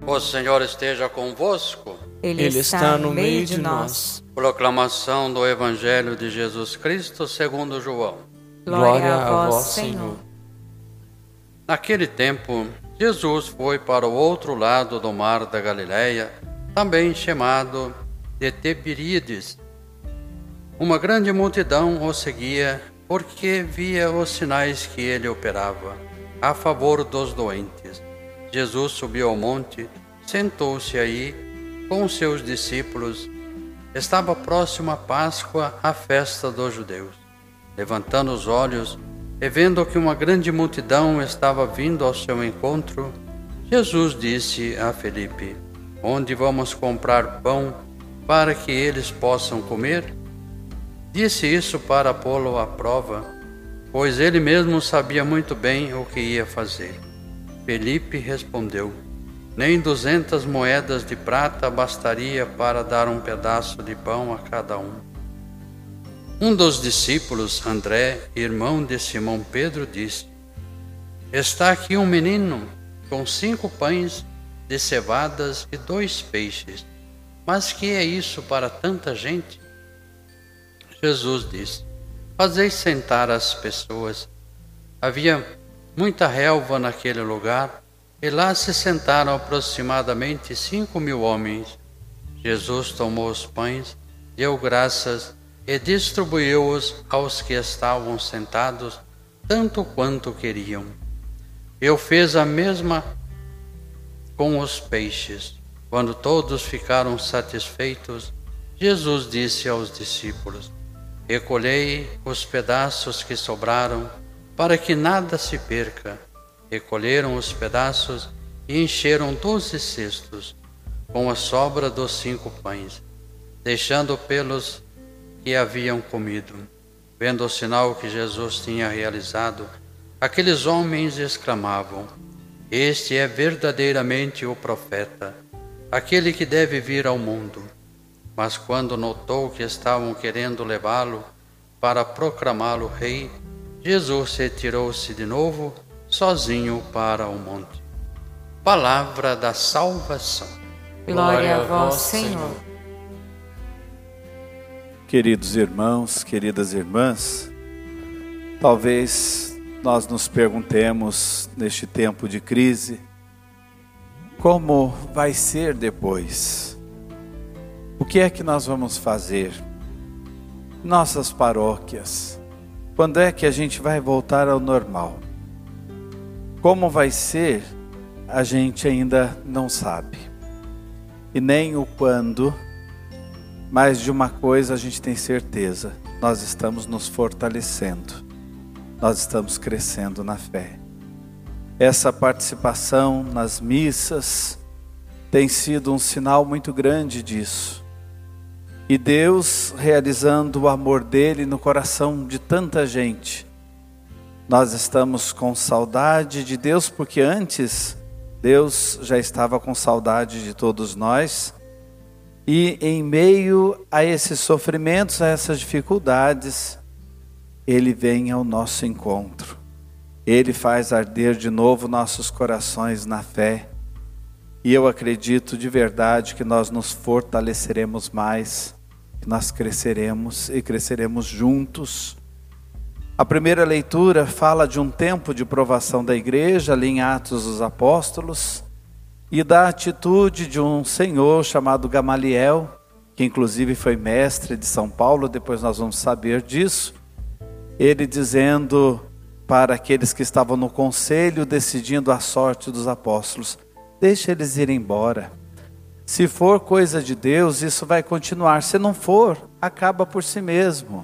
O Senhor esteja convosco. Ele está no meio de nós. Proclamação do Evangelho de Jesus Cristo segundo João. Glória a vós, Senhor. Naquele tempo, Jesus foi para o outro lado do mar da Galileia, também chamado de Tiberíades. Uma grande multidão o seguia, porque via os sinais que ele operava a favor dos doentes. Jesus subiu ao monte, sentou-se aí com os seus discípulos. Estava próxima a Páscoa, a festa dos judeus. Levantando os olhos e vendo que uma grande multidão estava vindo ao seu encontro, Jesus disse a Felipe: Onde vamos comprar pão para que eles possam comer? Disse isso para pô-lo à prova, pois ele mesmo sabia muito bem o que ia fazer. Felipe respondeu: Nem 200 moedas de prata bastaria para dar um pedaço de pão a cada um. Um dos discípulos, André, irmão de Simão Pedro, disse: Está aqui um menino com 5 pães de cevadas e 2 peixes. Mas que é isso para tanta gente? Jesus disse: Fazei sentar as pessoas. Havia muita relva naquele lugar, e lá se sentaram aproximadamente 5.000 homens. Jesus tomou os pães, deu graças e distribuiu-os aos que estavam sentados, tanto quanto queriam. E fez a mesma com os peixes. Quando todos ficaram satisfeitos, Jesus disse aos discípulos: Recolhei os pedaços que sobraram, para que nada se perca. Recolheram os pedaços e encheram 12 cestos, com a sobra dos 5 pães, deixando pelos que haviam comido. Vendo o sinal que Jesus tinha realizado, aqueles homens exclamavam: Este é verdadeiramente o profeta, aquele que deve vir ao mundo. Mas quando notou que estavam querendo levá-lo para proclamá-lo rei, Jesus retirou-se de novo, sozinho para o monte. Palavra da salvação. Glória a vós, Senhor. Queridos irmãos, queridas irmãs, talvez nós nos perguntemos neste tempo de crise, como vai ser depois? O que é que nós vamos fazer? Nossas paróquias, quando é que a gente vai voltar ao normal? Como vai ser, a gente ainda não sabe. E nem o quando, mas de uma coisa a gente tem certeza: nós estamos nos fortalecendo, nós estamos crescendo na fé. Essa participação nas missas tem sido um sinal muito grande disso. E Deus realizando o amor dele no coração de tanta gente. Nós estamos com saudade de Deus, porque antes Deus já estava com saudade de todos nós. E em meio a esses sofrimentos, a essas dificuldades, Ele vem ao nosso encontro. Ele faz arder de novo nossos corações na fé. E eu acredito de verdade que nós nos fortaleceremos mais, que nós cresceremos e cresceremos juntos. A primeira leitura fala de um tempo de provação da igreja, ali em Atos dos Apóstolos, e da atitude de um senhor chamado Gamaliel, que inclusive foi mestre de São Paulo, depois nós vamos saber disso. Ele dizendo para aqueles que estavam no conselho, decidindo a sorte dos apóstolos: deixa eles ir embora. Se for coisa de Deus, isso vai continuar. Se não for, acaba por si mesmo.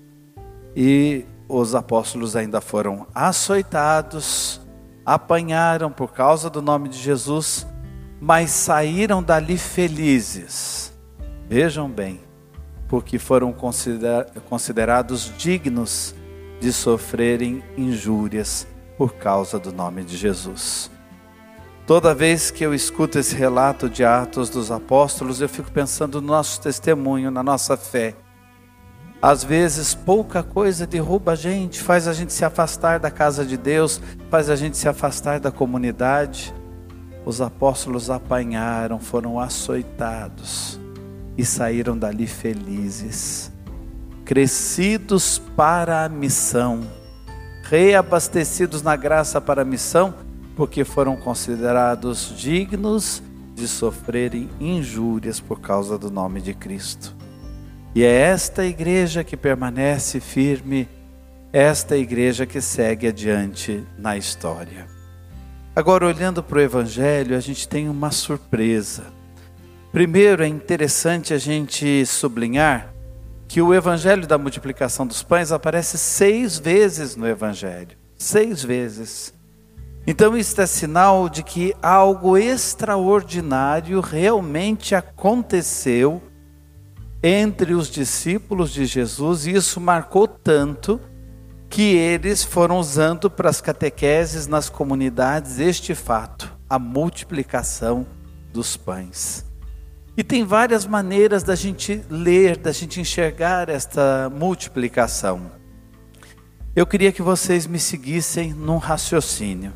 E os apóstolos ainda foram açoitados, apanharam por causa do nome de Jesus, mas saíram dali felizes. Vejam bem, porque foram considerados dignos de sofrerem injúrias por causa do nome de Jesus. Toda vez que eu escuto esse relato de Atos dos Apóstolos, eu fico pensando no nosso testemunho, na nossa fé. Às vezes pouca coisa derruba a gente, faz a gente se afastar da casa de Deus, faz a gente se afastar da comunidade. os apóstolos apanharam, foram açoitados e saíram dali felizes, crescidos para a missão, reabastecidos na graça para a missão, porque foram considerados dignos de sofrerem injúrias por causa do nome de Cristo. E é esta igreja que permanece firme, esta igreja que segue adiante na história. Agora, olhando para o Evangelho, a gente tem uma surpresa. Primeiro, é interessante a gente sublinhar que o Evangelho da multiplicação dos pães aparece 6 vezes no Evangelho. 6 vezes. Então isso é sinal de que algo extraordinário realmente aconteceu entre os discípulos de Jesus, e isso marcou tanto que eles foram usando para as catequeses nas comunidades este fato, a multiplicação dos pães. E tem várias maneiras da gente ler, da gente enxergar esta multiplicação. Eu queria que vocês me seguissem num raciocínio.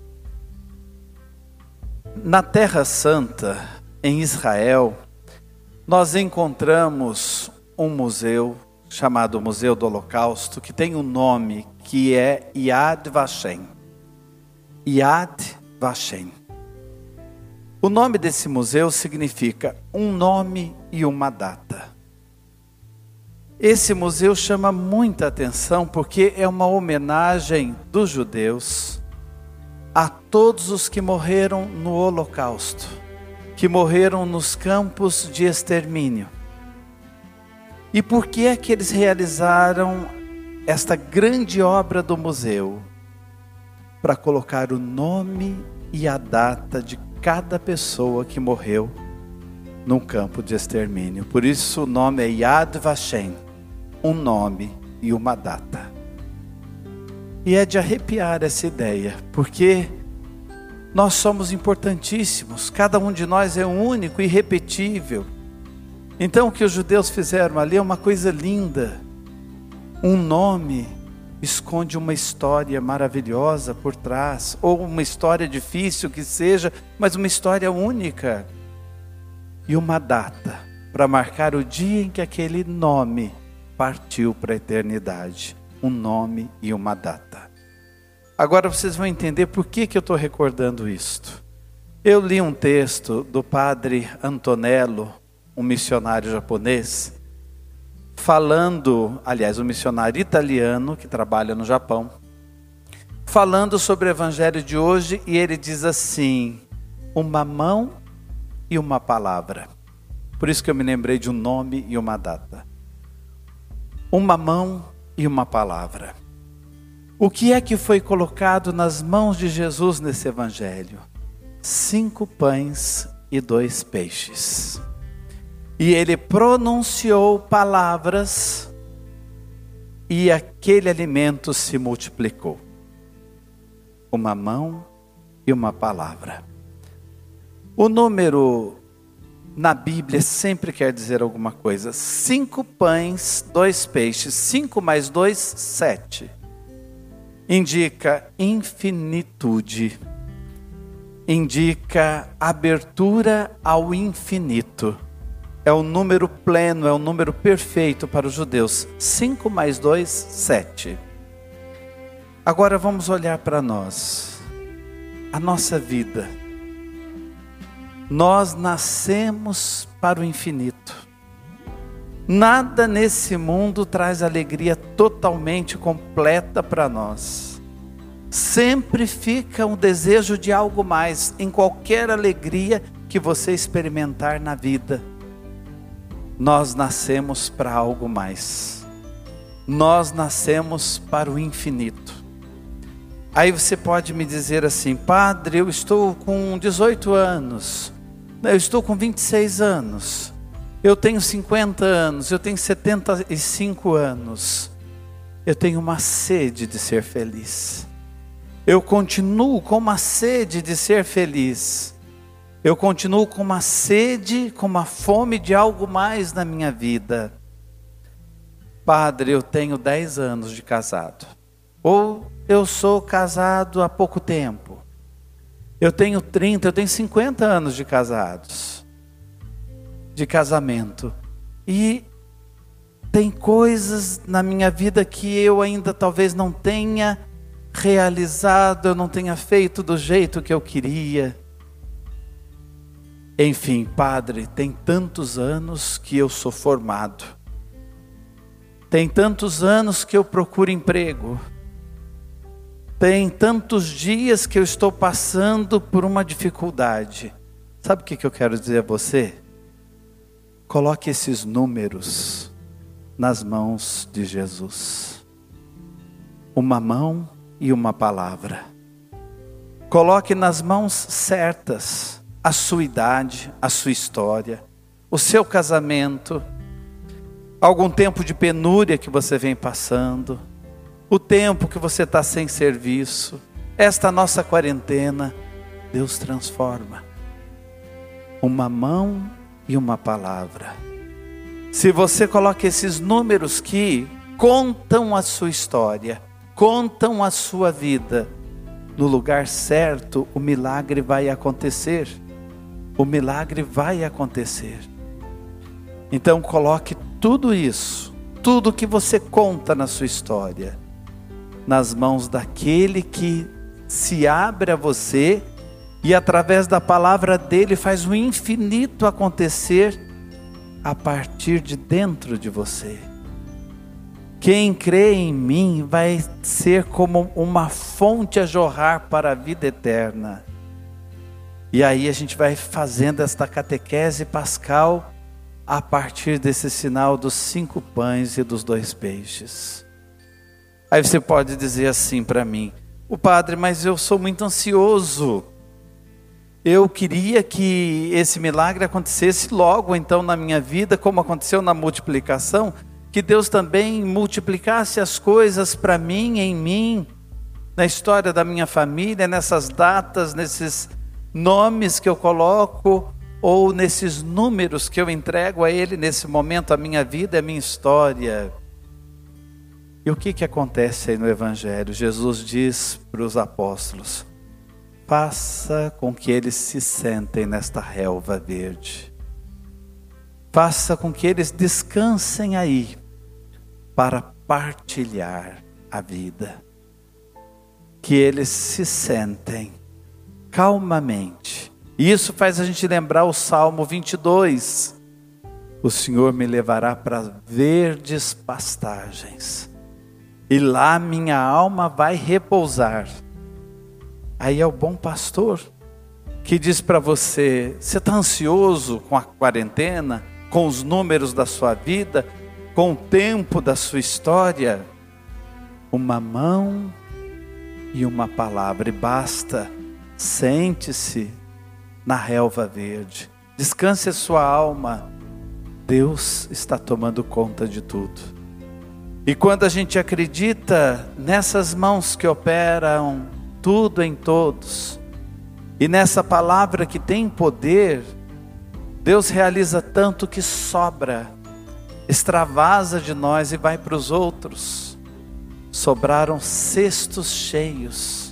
Na Terra Santa, em Israel, nós encontramos um museu chamado Museu do Holocausto, que tem um nome que é Yad Vashem. Yad Vashem. O nome desse museu significa um nome e uma data. Esse museu chama muita atenção porque é uma homenagem dos judeus a todos os que morreram no Holocausto, que morreram nos campos de extermínio. E por que é que eles realizaram esta grande obra do museu? Para colocar o nome e a data de cada pessoa que morreu num campo de extermínio. Por isso o nome é Yad Vashem, um nome e uma data. E é de arrepiar essa ideia, porque nós somos importantíssimos, cada um de nós é único e irrepetível. Então o que os judeus fizeram ali é uma coisa linda. Um nome esconde uma história maravilhosa por trás, ou uma história difícil que seja, mas uma história única. E uma data para marcar o dia em que aquele nome partiu para a eternidade. Um nome e uma data. Agora vocês vão entender por que eu estou recordando isto. Eu li um texto do padre Antonello, um missionário japonês, falando, aliás, um missionário italiano que trabalha no Japão, falando sobre o evangelho de hoje, e ele diz assim: uma mão e uma palavra. Por isso que eu me lembrei de um nome e uma data. Uma mão e uma palavra. O que é que foi colocado nas mãos de Jesus nesse evangelho? 5 pães e 2 peixes. E ele pronunciou palavras e aquele alimento se multiplicou. Uma mão e uma palavra. O número na Bíblia sempre quer dizer alguma coisa. 5 pães, 2 peixes. 5 mais 2, 7. Indica infinitude. Indica abertura ao infinito. É o número pleno, é o número perfeito para os judeus. 5 mais 2, 7. Agora vamos olhar para nós. A nossa vida. Nós nascemos para o infinito. Nada nesse mundo traz alegria totalmente completa para nós. Sempre fica um desejo de algo mais, em qualquer alegria que você experimentar na vida. Nós nascemos para algo mais. Nós nascemos para o infinito. Aí você pode me dizer assim: padre, eu estou com 18 anos, eu estou com 26 anos, eu tenho 50 anos, eu tenho 75 anos. Eu tenho uma sede de ser feliz. Eu continuo com uma sede de ser feliz. Eu continuo com uma sede, com uma fome de algo mais na minha vida. Padre, eu tenho 10 anos de casado. Ou eu sou casado há pouco tempo. Eu tenho 50 anos de casados, de casamento. E tem coisas na minha vida que eu ainda talvez não tenha realizado, eu não tenha feito do jeito que eu queria. Enfim, Padre, tem tantos anos que eu sou formado. Tem tantos anos que eu procuro emprego. Tem tantos dias que eu estou passando por uma dificuldade. Sabe o que eu quero dizer a você? Coloque esses números nas mãos de Jesus. Uma mão e uma palavra. Coloque nas mãos certas a sua idade, a sua história, o seu casamento, algum tempo de penúria que você vem passando, o tempo que você está sem serviço, esta nossa quarentena. Deus transforma. Uma mão e uma palavra. Se você coloca esses números que contam a sua história, contam a sua vida, no lugar certo, o milagre vai acontecer. O milagre vai acontecer. Então coloque tudo isso, tudo que você conta na sua história, nas mãos daquele que se abre a você e através da palavra dele faz o infinito acontecer a partir de dentro de você. Quem crê em mim vai ser como uma fonte a jorrar para a vida eterna. E aí a gente vai fazendo esta catequese pascal a partir desse sinal dos 5 pães e dos 2 peixes. Aí você pode dizer assim para mim: o padre, mas eu sou muito ansioso. Eu queria que esse milagre acontecesse logo então na minha vida, como aconteceu na multiplicação, que Deus também multiplicasse as coisas para mim, em mim, na história da minha família, nessas datas, nesses nomes que eu coloco, ou nesses números que eu entrego a Ele nesse momento, a minha vida, a minha história. E o que acontece aí no Evangelho? Jesus diz para os apóstolos: faça com que eles se sentem nesta relva verde. Faça com que eles descansem aí, para partilhar a vida. Que eles se sentem calmamente. E isso faz a gente lembrar o Salmo 22. O Senhor me levará para verdes pastagens, e lá minha alma vai repousar. Aí é o bom pastor que diz para você: você está ansioso com a quarentena, com os números da sua vida, com o tempo da sua história? Uma mão e uma palavra, e basta. Sente-se na relva verde, descanse a sua alma. Deus está tomando conta de tudo. E quando a gente acredita nessas mãos que operam tudo em todos, e nessa palavra que tem poder, Deus realiza tanto que sobra, extravasa de nós e vai para os outros. Sobraram cestos cheios.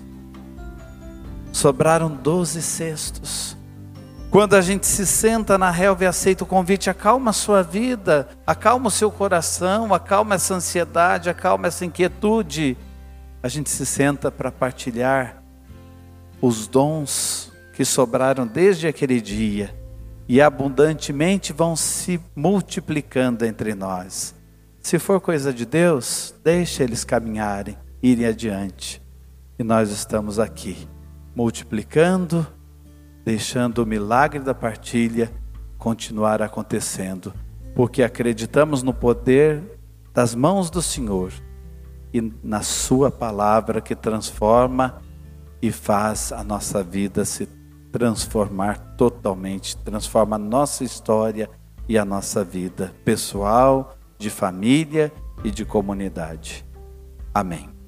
Sobraram 12 cestos. Quando a gente se senta na relva e aceita o convite, acalma a sua vida, acalma o seu coração, acalma essa ansiedade, acalma essa inquietude. A gente se senta para partilhar os dons que sobraram desde aquele dia e abundantemente vão se multiplicando entre nós. Se for coisa de Deus, deixe eles caminharem, irem adiante. E nós estamos aqui, multiplicando, deixando o milagre da partilha continuar acontecendo, porque acreditamos no poder das mãos do Senhor e na sua palavra que transforma e faz a nossa vida se transformar totalmente, transforma a nossa história e a nossa vida pessoal, de família e de comunidade. Amém.